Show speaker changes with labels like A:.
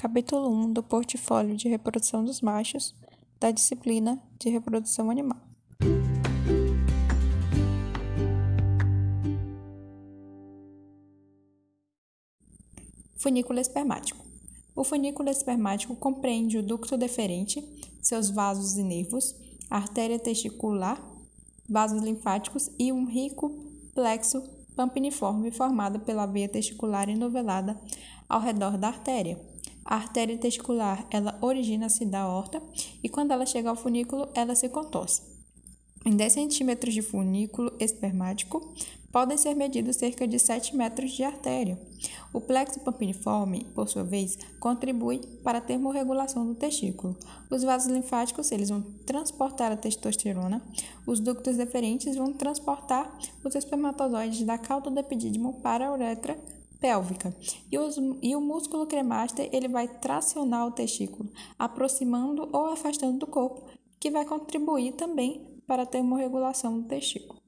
A: Capítulo 1 do Portfólio de Reprodução dos Machos, da disciplina de Reprodução Animal. Funículo espermático. O funículo espermático compreende o ducto deferente, seus vasos e nervos, a artéria testicular, vasos linfáticos e um rico plexo pampiniforme formado pela veia testicular enovelada ao redor da artéria. A artéria testicular, ela origina-se da aorta e quando ela chega ao funículo, ela se contorce. Em 10 centímetros de funículo espermático, podem ser medidos cerca de 7 metros de artéria. O plexo pampiniforme, por sua vez, contribui para a termorregulação do testículo. Os vasos linfáticos, eles vão transportar a testosterona, os ductos deferentes vão transportar os espermatozoides da cauda do epidídimo para a uretra pélvica. E o músculo cremaster, ele vai tracionar o testículo, aproximando ou afastando do corpo, que vai contribuir também para a termorregulação do testículo.